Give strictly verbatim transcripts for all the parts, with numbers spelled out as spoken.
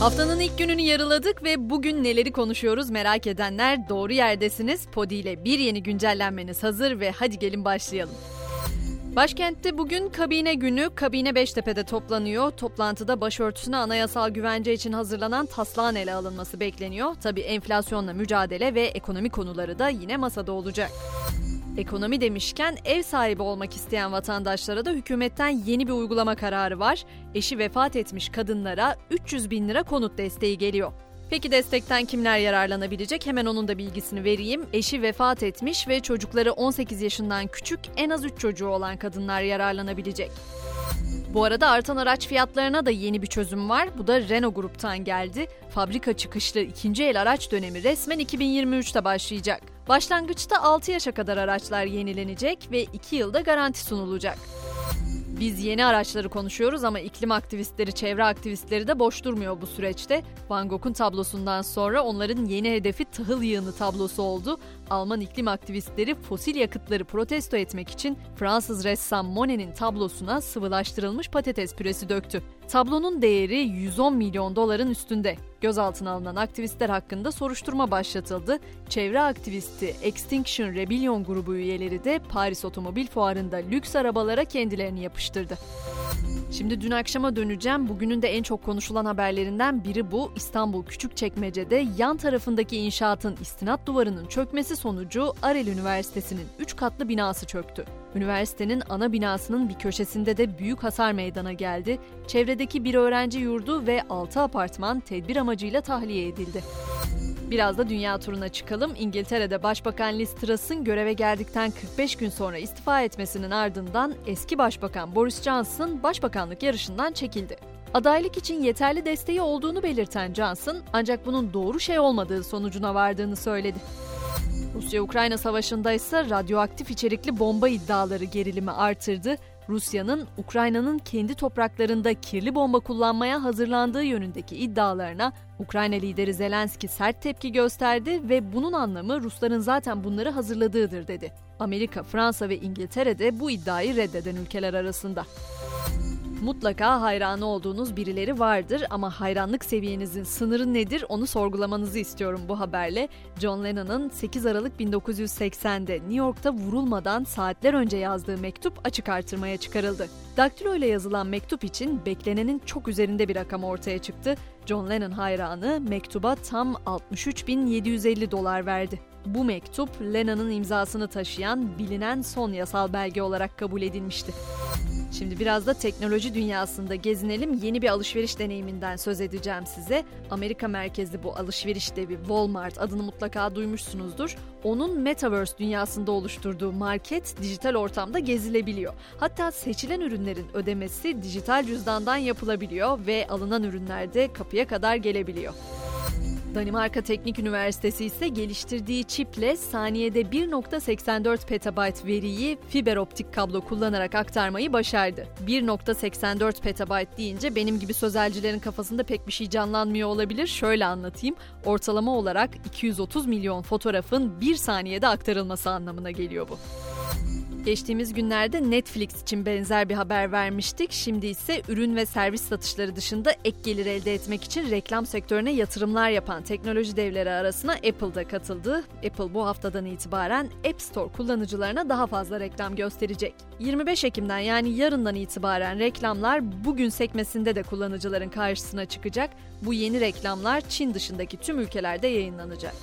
Haftanın ilk gününü yarıladık ve bugün neleri konuşuyoruz merak edenler doğru yerdesiniz. Podi ile bir yeni güncellenmeniz hazır ve hadi gelin başlayalım. Başkentte bugün kabine günü. Kabine Beştepe'de toplanıyor. Toplantıda başörtüsüne anayasal güvence için hazırlanan taslağın ele alınması bekleniyor. Tabii enflasyonla mücadele ve ekonomi konuları da yine masada olacak. Ekonomi demişken ev sahibi olmak isteyen vatandaşlara da hükümetten yeni bir uygulama kararı var. Eşi vefat etmiş kadınlara üç yüz bin lira konut desteği geliyor. Peki destekten kimler yararlanabilecek? Hemen onun da bilgisini vereyim. Eşi vefat etmiş ve çocukları on sekiz yaşından küçük, en az üç çocuğu olan kadınlar yararlanabilecek. Bu arada artan araç fiyatlarına da yeni bir çözüm var. Bu da Renault Grup'tan geldi. Fabrika çıkışlı ikinci el araç dönemi resmen iki bin yirmi üçte başlayacak. Başlangıçta altı yaşa kadar araçlar yenilenecek ve iki yılda garanti sunulacak. Biz yeni araçları konuşuyoruz ama iklim aktivistleri, çevre aktivistleri de boş durmuyor bu süreçte. Van Gogh'un tablosundan sonra onların yeni hedefi tahıl yığını tablosu oldu. Alman iklim aktivistleri fosil yakıtları protesto etmek için Fransız ressam Monet'in tablosuna sıvılaştırılmış patates püresi döktü. Tablonun değeri yüz on milyon doların üstünde. Gözaltına alınan aktivistler hakkında soruşturma başlatıldı. Çevre aktivisti Extinction Rebellion grubu üyeleri de Paris Otomobil Fuarı'nda lüks arabalara kendilerini yapıştırdı. Şimdi dün akşama döneceğim. Bugünün de en çok konuşulan haberlerinden biri bu. İstanbul Küçükçekmece'de yan tarafındaki inşaatın istinat duvarının çökmesi sonucu Arel Üniversitesi'nin üç katlı binası çöktü. Üniversitenin ana binasının bir köşesinde de büyük hasar meydana geldi. Çevredeki bir öğrenci yurdu ve altı apartman tedbir amacıyla tahliye edildi. Biraz da dünya turuna çıkalım. İngiltere'de Başbakan Liz Truss'ın göreve geldikten kırk beş gün sonra istifa etmesinin ardından eski Başbakan Boris Johnson başbakanlık yarışından çekildi. Adaylık için yeterli desteği olduğunu belirten Johnson, ancak bunun doğru şey olmadığı sonucuna vardığını söyledi. Rusya-Ukrayna savaşında ise radyoaktif içerikli bomba iddiaları gerilimi artırdı. Rusya'nın Ukrayna'nın kendi topraklarında kirli bomba kullanmaya hazırlandığı yönündeki iddialarına Ukrayna lideri Zelenski sert tepki gösterdi ve bunun anlamı Rusların zaten bunları hazırladığıdır dedi. Amerika, Fransa ve İngiltere de bu iddiayı reddeden ülkeler arasında. Mutlaka hayranı olduğunuz birileri vardır ama hayranlık seviyenizin sınırı nedir onu sorgulamanızı istiyorum bu haberle. John Lennon'ın sekiz Aralık bin dokuz yüz seksende New York'ta vurulmadan saatler önce yazdığı mektup açık artırmaya çıkarıldı. Daktilo ile yazılan mektup için beklenenin çok üzerinde bir rakam ortaya çıktı. John Lennon hayranı mektuba tam altmış üç bin yedi yüz elli dolar verdi. Bu mektup Lennon'ın imzasını taşıyan bilinen son yasal belge olarak kabul edilmişti. Şimdi biraz da teknoloji dünyasında gezinelim. Yeni bir alışveriş deneyiminden söz edeceğim size. Amerika merkezli bu alışveriş devi Walmart adını mutlaka duymuşsunuzdur. Onun Metaverse dünyasında oluşturduğu market dijital ortamda gezilebiliyor. Hatta seçilen ürünlerin ödemesi dijital cüzdandan yapılabiliyor ve alınan ürünler de kapıya kadar gelebiliyor. Danimarka Teknik Üniversitesi ise geliştirdiği çiple saniyede bir nokta seksen dört petabayt veriyi fiber optik kablo kullanarak aktarmayı başardı. bir nokta seksen dört petabayt deyince benim gibi sözelcilerin kafasında pek bir şey canlanmıyor olabilir. Şöyle anlatayım. Ortalama olarak iki yüz otuz milyon fotoğrafın bir saniyede aktarılması anlamına geliyor bu. Geçtiğimiz günlerde Netflix için benzer bir haber vermiştik. Şimdi ise ürün ve servis satışları dışında ek gelir elde etmek için reklam sektörüne yatırımlar yapan teknoloji devleri arasına Apple da katıldı. Apple bu haftadan itibaren App Store kullanıcılarına daha fazla reklam gösterecek. yirmi beş Ekim'den yani yarından itibaren reklamlar bugün sekmesinde de kullanıcıların karşısına çıkacak. Bu yeni reklamlar Çin dışındaki tüm ülkelerde yayınlanacak.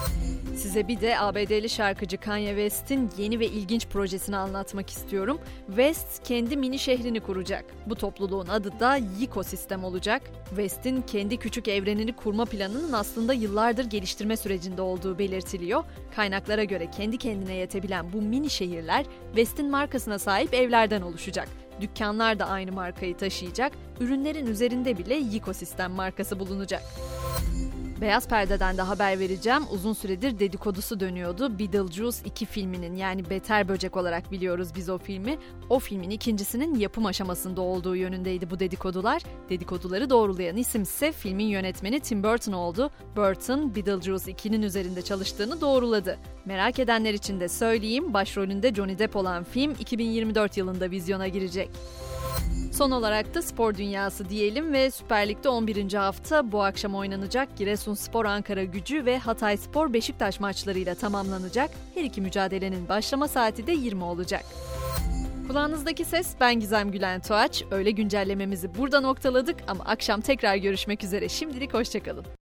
Size bir de A B D'li şarkıcı Kanye West'in yeni ve ilginç projesini anlatmak istiyorum. West kendi mini şehrini kuracak. Bu topluluğun adı da Yikosistem olacak. West'in kendi küçük evrenini kurma planının aslında yıllardır geliştirme sürecinde olduğu belirtiliyor. Kaynaklara göre kendi kendine yetebilen bu mini şehirler West'in markasına sahip evlerden oluşacak. Dükkanlar da aynı markayı taşıyacak. Ürünlerin üzerinde bile Yikosistem markası bulunacak. Beyaz Perde'den de haber vereceğim. Uzun süredir dedikodusu dönüyordu. Beetlejuice iki filminin yani Beter Böcek olarak biliyoruz biz o filmi. O filmin ikincisinin yapım aşamasında olduğu yönündeydi bu dedikodular. Dedikoduları doğrulayan isim ise filmin yönetmeni Tim Burton oldu. Burton, Beetlejuice ikinin üzerinde çalıştığını doğruladı. Merak edenler için de söyleyeyim, başrolünde Johnny Depp olan film iki bin yirmi dört yılında vizyona girecek. Son olarak da spor dünyası diyelim ve Süper Lig'de on birinci hafta bu akşam oynanacak Giresunspor Ankaragücü ve Hatayspor Beşiktaş maçlarıyla tamamlanacak. Her iki mücadelenin başlama saati de yirmi olacak. Kulağınızdaki ses, ben Gizem Gülen Tuğaç. Öğle güncellememizi burada noktaladık ama akşam tekrar görüşmek üzere. Şimdilik hoşça kalın.